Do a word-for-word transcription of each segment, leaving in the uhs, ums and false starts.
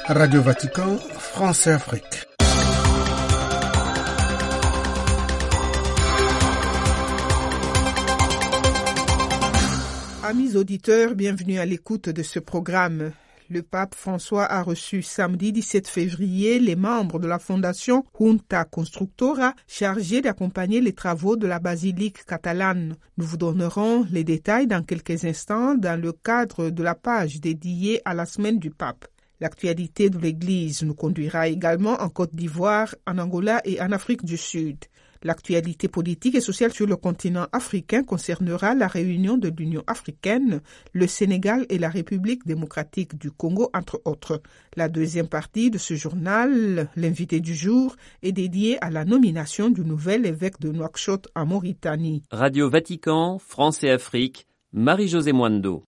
Radio Vatican, France et Afrique. Amis auditeurs, bienvenue à l'écoute de ce programme. Le pape François a reçu samedi dix-sept février les membres de la fondation Junta Constructora chargés d'accompagner les travaux de la basilique catalane. Nous vous donnerons les détails dans quelques instants dans le cadre de la page dédiée à la semaine du pape. L'actualité de l'Église nous conduira également en Côte d'Ivoire, en Angola et en Afrique du Sud. L'actualité politique et sociale sur le continent africain concernera la réunion de l'Union africaine, le Sénégal et la République démocratique du Congo, entre autres. La deuxième partie de ce journal, l'invité du jour, est dédiée à la nomination du nouvel évêque de Nouakchott en Mauritanie. Radio Vatican, France et Afrique, Marie-Josée Mwando.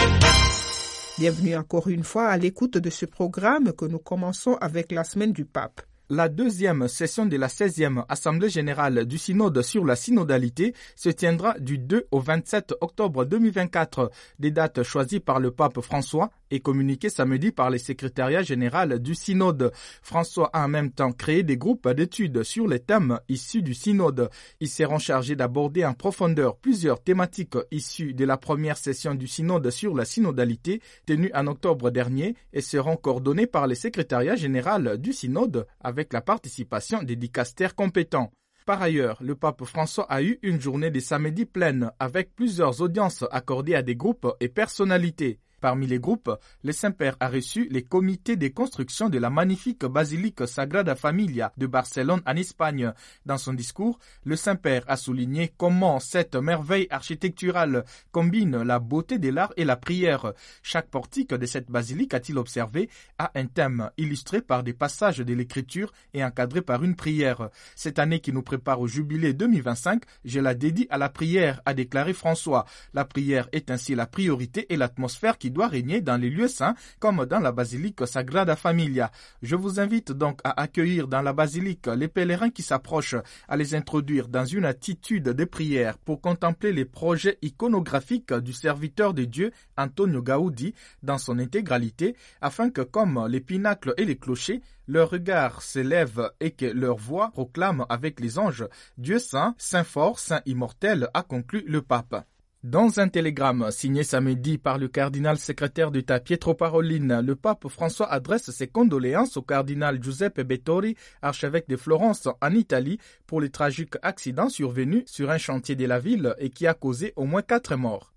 Bienvenue encore une fois à l'écoute de ce programme que nous commençons avec la semaine du pape. La deuxième session de la seizième Assemblée générale du Synode sur la synodalité se tiendra du deux au vingt-sept octobre deux mille vingt-quatre, des dates choisies par le pape François et communiquées samedi par le secrétariat général du Synode. François a en même temps créé des groupes d'études sur les thèmes issus du Synode. Ils seront chargés d'aborder en profondeur plusieurs thématiques issues de la première session du Synode sur la synodalité tenue en octobre dernier et seront coordonnés par le secrétariat général du Synode avec la participation des dicastères compétents. Par ailleurs, le pape François a eu une journée de samedi pleine avec plusieurs audiences accordées à des groupes et personnalités. Parmi les groupes, le Saint-Père a reçu les comités de construction de la magnifique basilique Sagrada Familia de Barcelone en Espagne. Dans son discours, le Saint-Père a souligné comment cette merveille architecturale combine la beauté de l'art et la prière. Chaque portique de cette basilique, a-t-il observé, a un thème illustré par des passages de l'Écriture et encadré par une prière. Cette année qui nous prépare au jubilé deux mille vingt-cinq, je la dédie à la prière, a déclaré François. La prière est ainsi la priorité et l'atmosphère qui doit régner dans les lieux saints comme dans la basilique Sagrada Familia. Je vous invite donc à accueillir dans la basilique les pèlerins qui s'approchent, à les introduire dans une attitude de prière pour contempler les projets iconographiques du serviteur de Dieu Antonio Gaudi dans son intégralité, afin que comme les pinacles et les clochers, leur regard s'élève et que leur voix proclame avec les anges « Dieu saint, saint fort, saint immortel » a conclu le pape. Dans un télégramme signé samedi par le cardinal secrétaire d'État Pietro Parolin, le pape François adresse ses condoléances au cardinal Giuseppe Bettori, archevêque de Florence en Italie, pour le tragique accident survenu sur un chantier de la ville et qui a causé au moins quatre morts.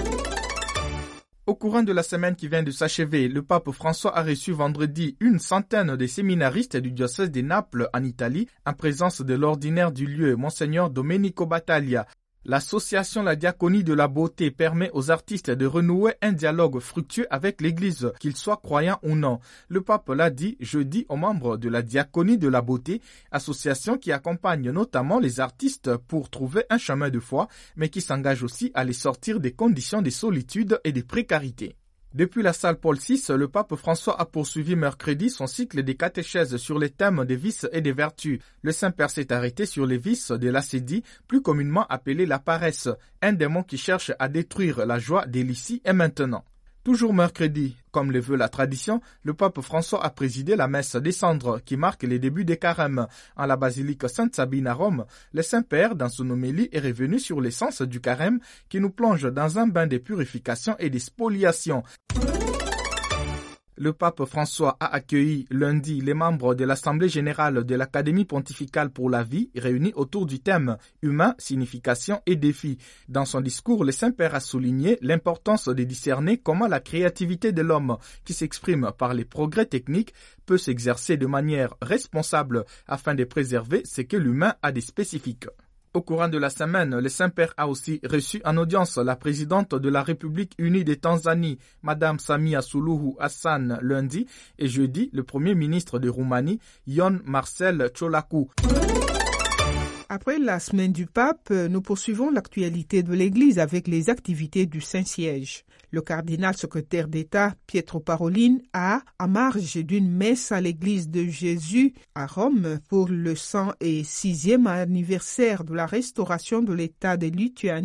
Au courant de la semaine qui vient de s'achever, le pape François a reçu vendredi une centaine de séminaristes du diocèse de Naples en Italie, en présence de l'ordinaire du lieu, Monseigneur Domenico Battaglia. L'association La Diaconie de la Beauté permet aux artistes de renouer un dialogue fructueux avec l'Église, qu'ils soient croyants ou non. Le pape l'a dit jeudi aux membres de la Diaconie de la Beauté, association qui accompagne notamment les artistes pour trouver un chemin de foi, mais qui s'engage aussi à les sortir des conditions de solitude et de précarité. Depuis la salle Paul six, le pape François a poursuivi mercredi son cycle des catéchèses sur les thèmes des vices et des vertus. Le Saint-Père s'est arrêté sur les vices de l'acédie, plus communément appelé la paresse, un démon qui cherche à détruire la joie de l'ici et maintenant. Toujours mercredi, comme le veut la tradition, le pape François a présidé la messe des cendres qui marque les débuts des carêmes. En la basilique Sainte-Sabine à Rome, le Saint-Père, dans son homélie, est revenu sur l'essence du carême qui nous plonge dans un bain de purification et de spoliation. Le pape François a accueilli lundi les membres de l'Assemblée générale de l'Académie pontificale pour la vie réunis autour du thème « Humain, signification et défi ». Dans son discours, le Saint-Père a souligné l'importance de discerner comment la créativité de l'homme, qui s'exprime par les progrès techniques, peut s'exercer de manière responsable afin de préserver ce que l'humain a de spécifique. Au courant de la semaine, le Saint-Père a aussi reçu en audience la présidente de la République unie de Tanzanie, Madame Samia Suluhu Hassan, lundi, et jeudi, le Premier ministre de Roumanie, Ion Marcel Ciolacu. Après la semaine du pape, nous poursuivons l'actualité de l'Église avec les activités du Saint-Siège. Le cardinal secrétaire d'État Pietro Parolin a, à marge d'une messe à l'Église de Jésus à Rome pour le cent sixième anniversaire de la restauration de l'État de Lituanie,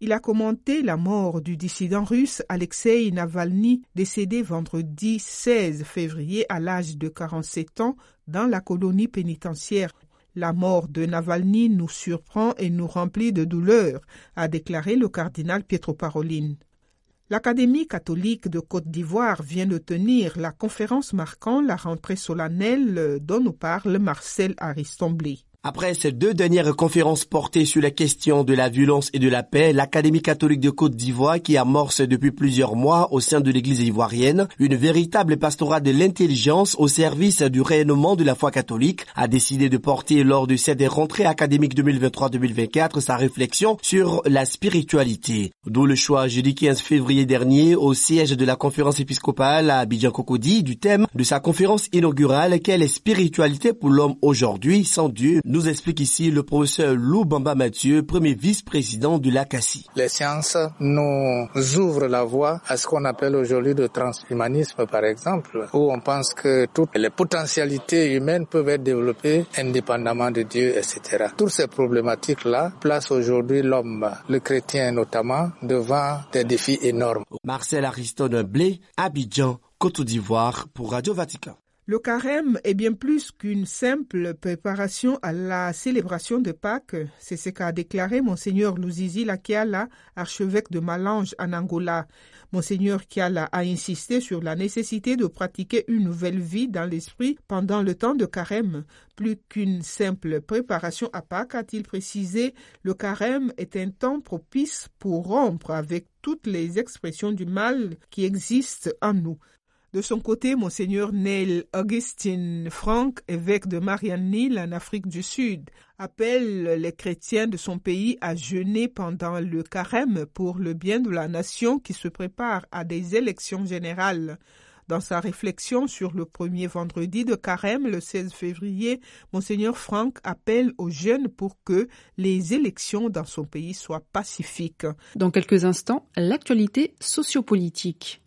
Il a commenté la mort du dissident russe Alexei Navalny, décédé vendredi seize février à l'âge de quarante-sept ans dans la colonie pénitentiaire. La mort de Navalny nous surprend et nous remplit de douleur, a déclaré le cardinal Pietro Parolin. L'Académie catholique de Côte d'Ivoire vient de tenir la conférence marquant la rentrée solennelle dont nous parle Marcel Aristomblé. Après ces deux dernières conférences portées sur la question de la violence et de la paix, l'Académie catholique de Côte d'Ivoire, qui amorce depuis plusieurs mois au sein de l'Église ivoirienne une véritable pastorale de l'intelligence au service du rayonnement de la foi catholique, a décidé de porter lors de cette rentrée académique deux mille vingt-trois deux mille vingt-quatre sa réflexion sur la spiritualité. D'où le choix jeudi quinze février dernier au siège de la conférence épiscopale à Abidjan-Cocody du thème de sa conférence inaugurale « Quelle est spiritualité pour l'homme aujourd'hui sans Dieu ?» Nous explique ici le professeur Lou Bamba Mathieu, premier vice-président de l'A C A C I. Les sciences nous ouvrent la voie à ce qu'on appelle aujourd'hui le transhumanisme, par exemple, où on pense que toutes les potentialités humaines peuvent être développées indépendamment de Dieu, et cetera. Toutes ces problématiques-là placent aujourd'hui l'homme, le chrétien notamment, devant des défis énormes. Marcel Ariston Blé, Abidjan, Côte d'Ivoire, pour Radio Vatican. Le carême est bien plus qu'une simple préparation à la célébration de Pâques. C'est ce qu'a déclaré Monseigneur Luzizi Lakiala, archevêque de Malange en Angola. Monseigneur Kiala a insisté sur la nécessité de pratiquer une nouvelle vie dans l'esprit pendant le temps de carême. Plus qu'une simple préparation à Pâques, a-t-il précisé, le carême est un temps propice pour rompre avec toutes les expressions du mal qui existent en nous. De son côté, Monseigneur Neil Augustine Frank, évêque de Mariannhill en Afrique du Sud, appelle les chrétiens de son pays à jeûner pendant le carême pour le bien de la nation qui se prépare à des élections générales. Dans sa réflexion sur le premier vendredi de carême, le seize février, Monseigneur Frank appelle aux jeunes pour que les élections dans son pays soient pacifiques. Dans quelques instants, l'actualité sociopolitique.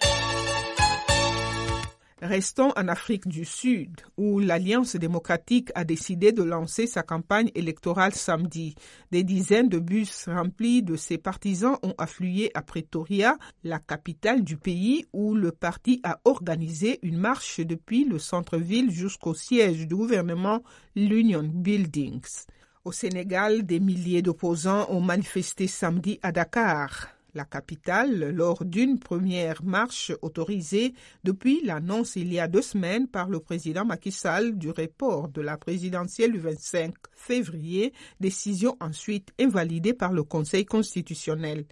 Restons en Afrique du Sud, où l'Alliance démocratique a décidé de lancer sa campagne électorale samedi. Des dizaines de bus remplis de ses partisans ont afflué à Pretoria, la capitale du pays, où le parti a organisé une marche depuis le centre-ville jusqu'au siège du gouvernement, l'Union Buildings. Au Sénégal, des milliers d'opposants ont manifesté samedi à Dakar, la capitale, lors d'une première marche autorisée depuis l'annonce il y a deux semaines par le président Macky Sall du report de la présidentielle du vingt-cinq février, décision ensuite invalidée par le Conseil constitutionnel.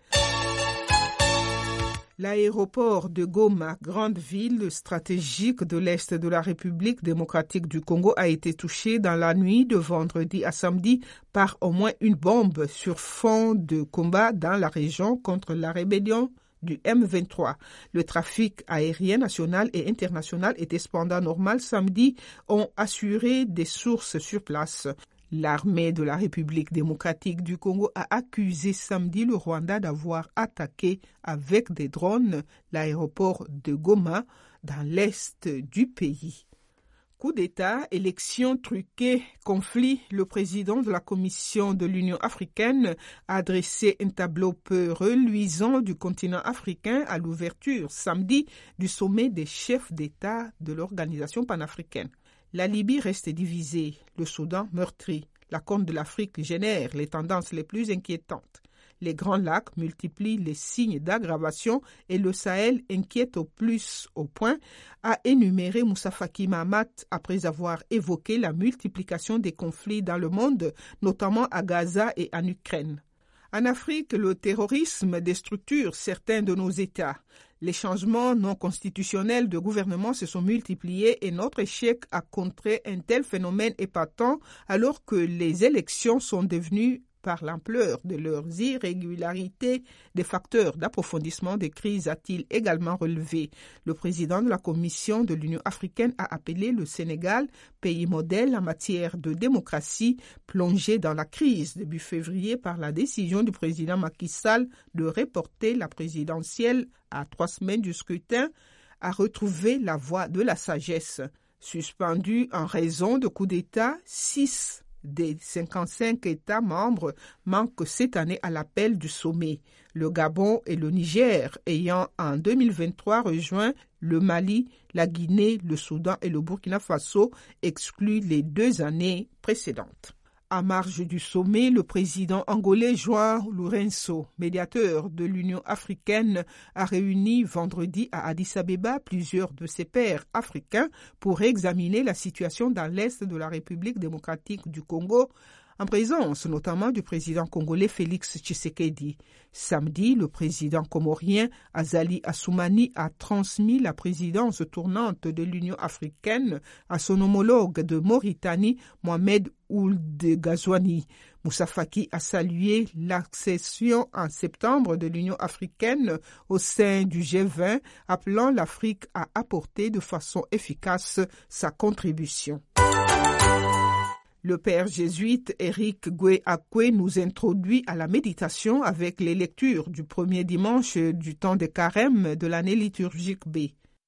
L'aéroport de Goma, grande ville stratégique de l'Est de la République démocratique du Congo, a été touché dans la nuit de vendredi à samedi par au moins une bombe sur fond de combat dans la région contre la rébellion du M vingt-trois. Le trafic aérien national et international était cependant normal samedi, ont assuré des sources sur place. L'armée de la République démocratique du Congo a accusé samedi le Rwanda d'avoir attaqué avec des drones l'aéroport de Goma dans l'est du pays. Coup d'État, élections truquées, conflit, le président de la Commission de l'Union africaine a dressé un tableau peu reluisant du continent africain à l'ouverture samedi du sommet des chefs d'État de l'organisation panafricaine. La Libye reste divisée, le Soudan meurtri. La Corne de l'Afrique génère les tendances les plus inquiétantes. Les Grands Lacs multiplient les signes d'aggravation et le Sahel inquiète au plus au point, a énuméré Moussa Faki Mahamat après avoir évoqué la multiplication des conflits dans le monde, notamment à Gaza et en Ukraine. En Afrique, le terrorisme déstructure certains de nos États. Les changements non constitutionnels de gouvernement se sont multipliés et notre échec à contrer un tel phénomène épatant alors que les élections sont devenues, par l'ampleur de leurs irrégularités, des facteurs d'approfondissement des crises, a-t-il également relevé. Le président de la Commission de l'Union africaine a appelé le Sénégal, pays modèle en matière de démocratie, plongé dans la crise début février par la décision du président Macky Sall de reporter la présidentielle à trois semaines du scrutin, à retrouver la voie de la sagesse. Suspendu en raison de coups d'État, six des cinquante-cinq États membres manquent cette année à l'appel du sommet. Le Gabon et le Niger ayant en deux mille vingt-trois rejoint le Mali, la Guinée, le Soudan et le Burkina Faso excluent les deux années précédentes. À marge du sommet, le président angolais João Lourenço, médiateur de l'Union africaine, a réuni vendredi à Addis Abeba plusieurs de ses pairs africains pour examiner la situation dans l'est de la République démocratique du Congo, en présence notamment du président congolais Félix Tshisekedi. Samedi, le président comorien Azali Assoumani a transmis la présidence tournante de l'Union africaine à son homologue de Mauritanie, Mohamed Ould Ghazouani. Moussa Faki a salué l'accession en septembre de l'Union africaine au sein du G vingt, appelant l'Afrique à apporter de façon efficace sa contribution. Le père jésuite Éric Goué-Akoué nous introduit à la méditation avec les lectures du premier dimanche du temps de carême de l'année liturgique B.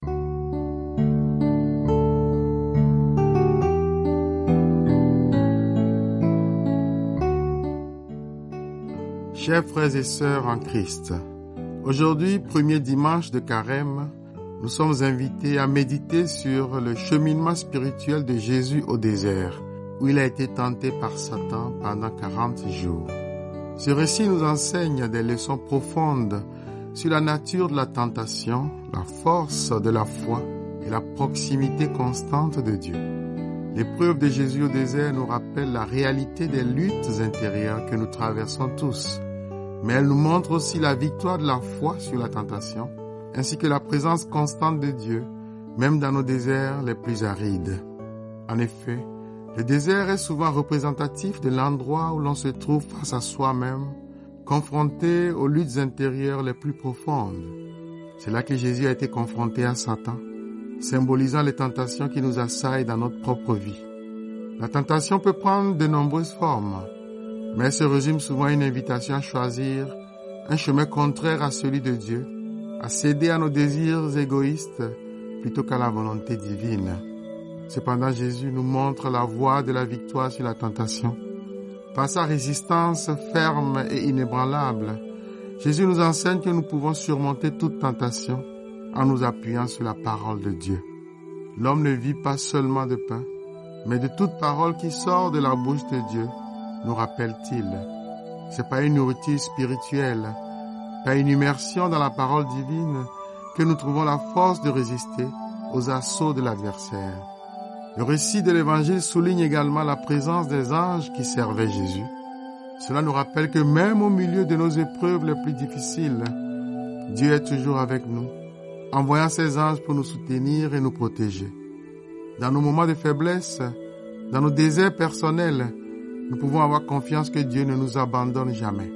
Chers frères et sœurs en Christ, aujourd'hui, premier dimanche de carême, nous sommes invités à méditer sur le cheminement spirituel de Jésus au désert, où il a été tenté par Satan pendant quarante jours. Ce récit nous enseigne des leçons profondes sur la nature de la tentation, la force de la foi et la proximité constante de Dieu. L'épreuve de Jésus au désert nous rappelle la réalité des luttes intérieures que nous traversons tous, mais elle nous montre aussi la victoire de la foi sur la tentation, ainsi que la présence constante de Dieu, même dans nos déserts les plus arides. En effet, le désert est souvent représentatif de l'endroit où l'on se trouve face à soi-même, confronté aux luttes intérieures les plus profondes. C'est là que Jésus a été confronté à Satan, symbolisant les tentations qui nous assaillent dans notre propre vie. La tentation peut prendre de nombreuses formes, mais elle se résume souvent à une invitation à choisir un chemin contraire à celui de Dieu, à céder à nos désirs égoïstes plutôt qu'à la volonté divine. Cependant, Jésus nous montre la voie de la victoire sur la tentation. Par sa résistance ferme et inébranlable, Jésus nous enseigne que nous pouvons surmonter toute tentation en nous appuyant sur la parole de Dieu. L'homme ne vit pas seulement de pain, mais de toute parole qui sort de la bouche de Dieu, nous rappelle-t-il. C'est par une nourriture spirituelle, par une immersion dans la parole divine, que nous trouvons la force de résister aux assauts de l'adversaire. Le récit de l'Évangile souligne également la présence des anges qui servaient Jésus. Cela nous rappelle que même au milieu de nos épreuves les plus difficiles, Dieu est toujours avec nous, envoyant ses anges pour nous soutenir et nous protéger. Dans nos moments de faiblesse, dans nos déserts personnels, nous pouvons avoir confiance que Dieu ne nous abandonne jamais.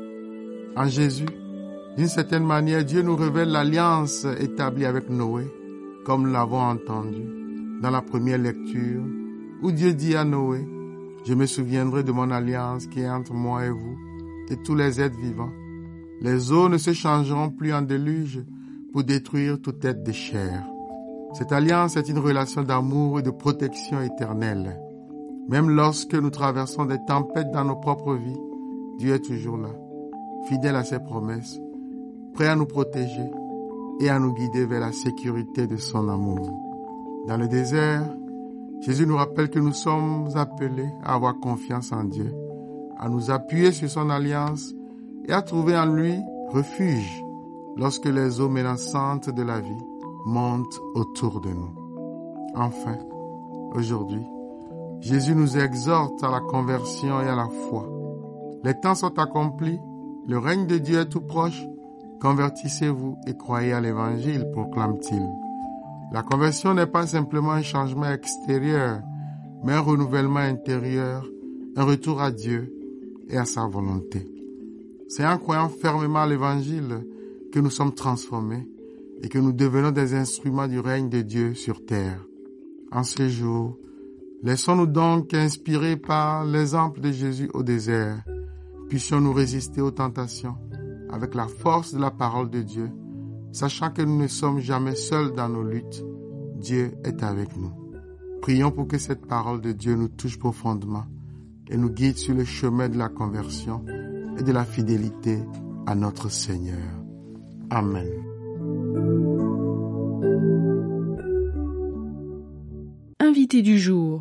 En Jésus, d'une certaine manière, Dieu nous révèle l'alliance établie avec Noé, comme nous l'avons entendu dans la première lecture, où Dieu dit à Noé, « Je me souviendrai de mon alliance qui est entre moi et vous, et tous les êtres vivants. Les eaux ne se changeront plus en déluge pour détruire toute être de chair. » Cette alliance est une relation d'amour et de protection éternelle. Même lorsque nous traversons des tempêtes dans nos propres vies, Dieu est toujours là, fidèle à ses promesses, prêt à nous protéger et à nous guider vers la sécurité de son amour. Dans le désert, Jésus nous rappelle que nous sommes appelés à avoir confiance en Dieu, à nous appuyer sur son alliance et à trouver en lui refuge lorsque les eaux menaçantes de la vie montent autour de nous. Enfin, aujourd'hui, Jésus nous exhorte à la conversion et à la foi. Les temps sont accomplis, le règne de Dieu est tout proche. Convertissez-vous et croyez à l'Évangile, proclame-t-il. La conversion n'est pas simplement un changement extérieur, mais un renouvellement intérieur, un retour à Dieu et à sa volonté. C'est en croyant fermement à l'Évangile que nous sommes transformés et que nous devenons des instruments du règne de Dieu sur terre. En ce jour, laissons-nous donc, inspirés par l'exemple de Jésus au désert, puissions-nous résister aux tentations avec la force de la parole de Dieu, sachant que nous ne sommes jamais seuls dans nos luttes. Dieu est avec nous. Prions pour que cette parole de Dieu nous touche profondément et nous guide sur le chemin de la conversion et de la fidélité à notre Seigneur. Amen. Invité du jour.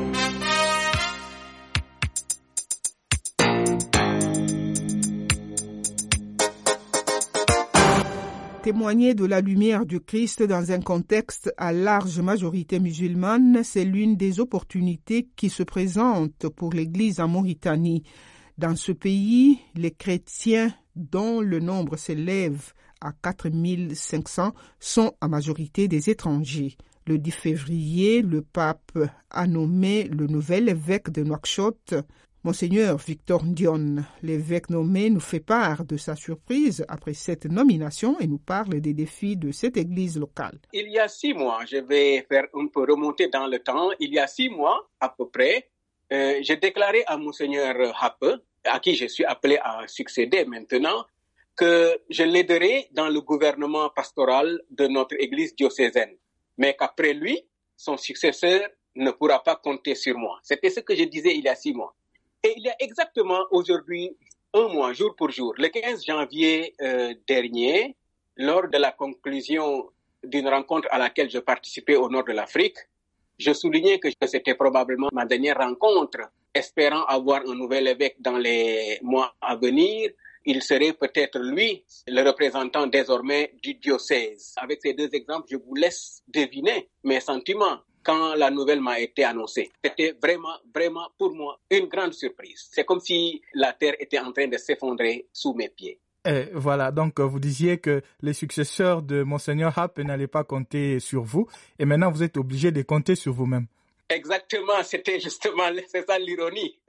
Témoigner de la lumière du Christ dans un contexte à large majorité musulmane, c'est l'une des opportunités qui se présentent pour l'Église en Mauritanie. Dans ce pays, les chrétiens, dont le nombre s'élève à quatre mille cinq cents, sont en majorité des étrangers. Le dix février, le pape a nommé le nouvel évêque de Nouakchott, Monseigneur Victor Ndion. L'évêque nommé nous fait part de sa surprise après cette nomination et nous parle des défis de cette église locale. Il y a six mois, je vais faire un peu remonter dans le temps, il y a six mois à peu près, euh, j'ai déclaré à Monseigneur Happe, à qui je suis appelé à succéder maintenant, que je l'aiderai dans le gouvernement pastoral de notre église diocésaine, mais qu'après lui, son successeur ne pourra pas compter sur moi. C'était ce que je disais il y a six mois. Et il y a exactement aujourd'hui un mois, jour pour jour, le quinze janvier euh, dernier, lors de la conclusion d'une rencontre à laquelle je participais au nord de l'Afrique, je soulignais que c'était probablement ma dernière rencontre, espérant avoir un nouvel évêque dans les mois à venir. Il serait peut-être lui, le représentant désormais du diocèse. Avec ces deux exemples, je vous laisse deviner mes sentiments quand la nouvelle m'a été annoncée. C'était vraiment, vraiment pour moi une grande surprise. C'est comme si la terre était en train de s'effondrer sous mes pieds. Et voilà, donc vous disiez que les successeurs de Monseigneur Happe n'allaient pas compter sur vous et maintenant vous êtes obligé de compter sur vous-même. Exactement, c'était justement, c'est ça l'ironie.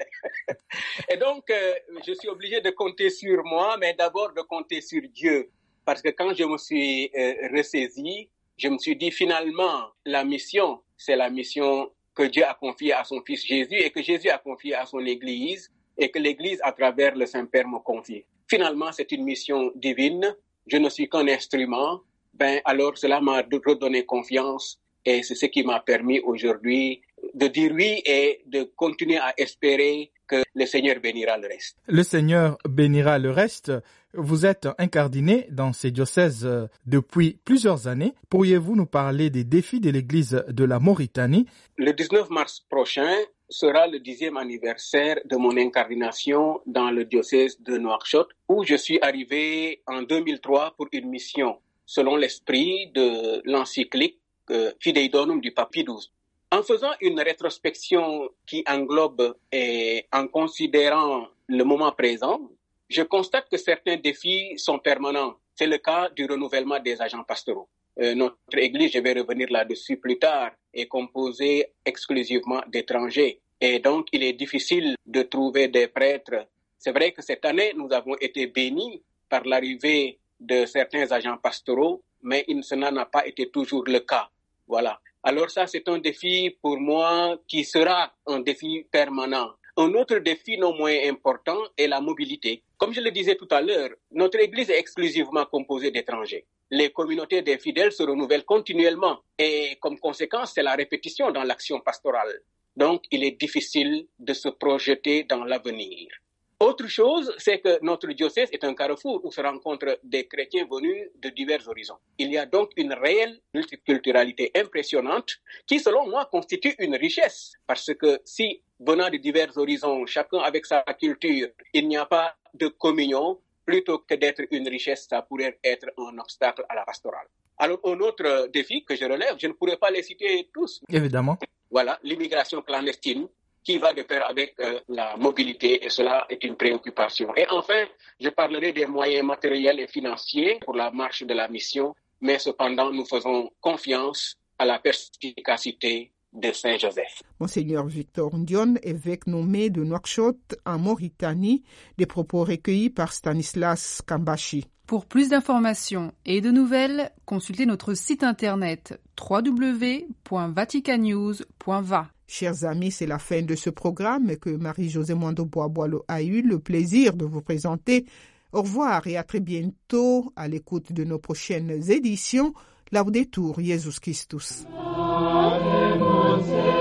Et donc, euh, je suis obligé de compter sur moi, mais d'abord de compter sur Dieu. Parce que quand je me suis euh, ressaisi, je me suis dit finalement, la mission, c'est la mission que Dieu a confiée à son Fils Jésus et que Jésus a confiée à son Église et que l'Église, à travers le Saint-Père, me confie. Finalement, c'est une mission divine. Je ne suis qu'un instrument. Ben, alors, cela m'a redonné confiance et c'est ce qui m'a permis aujourd'hui de dire oui et de continuer à espérer que le Seigneur bénira le reste. Le Seigneur bénira le reste. Vous êtes incardiné dans ces diocèses depuis plusieurs années. Pourriez-vous nous parler des défis de l'Église de la Mauritanie? Le dix-neuf mars prochain sera le dixième anniversaire de mon incarnation dans le diocèse de Nouakchott, où je suis arrivé en deux mille trois pour une mission, selon l'esprit de l'encyclique euh, Fidei Donum du pape Pie douze. En faisant une rétrospection qui englobe et en considérant le moment présent, je constate que certains défis sont permanents. C'est le cas du renouvellement des agents pastoraux. Euh, notre église, je vais revenir là-dessus plus tard, est composée exclusivement d'étrangers. Et donc, il est difficile de trouver des prêtres. C'est vrai que cette année, nous avons été bénis par l'arrivée de certains agents pastoraux, mais ce n'en a pas été toujours le cas. Voilà. Alors ça, c'est un défi pour moi qui sera un défi permanent. Un autre défi non moins important est la mobilité. Comme je le disais tout à l'heure, notre Église est exclusivement composée d'étrangers. Les communautés des fidèles se renouvellent continuellement et comme conséquence, c'est la répétition dans l'action pastorale. Donc, il est difficile de se projeter dans l'avenir. Autre chose, c'est que notre diocèse est un carrefour où se rencontrent des chrétiens venus de divers horizons. Il y a donc une réelle multiculturalité impressionnante qui, selon moi, constitue une richesse. Parce que si, venant de divers horizons, chacun avec sa culture, il n'y a pas de communion, plutôt que d'être une richesse, ça pourrait être un obstacle à la pastorale. Alors, un autre défi que je relève, je ne pourrais pas les citer tous. Évidemment. Voilà, l'immigration clandestine, qui va de pair avec euh, la mobilité, et cela est une préoccupation. Et enfin, je parlerai des moyens matériels et financiers pour la marche de la mission, mais cependant, nous faisons confiance à la perspicacité de Saint-Joseph. Monseigneur Victor Ndion, évêque nommé de Nouakchott en Mauritanie, des propos recueillis par Stanislas Kambashi. Pour plus d'informations et de nouvelles, consultez notre site internet w w w point vaticanews point v a. Chers amis, c'est la fin de ce programme que Marie-Josée Mwando-Bois-Boileau a eu le plaisir de vous présenter. Au revoir et à très bientôt à l'écoute de nos prochaines éditions. Laudetur Jesus Christus. Amen.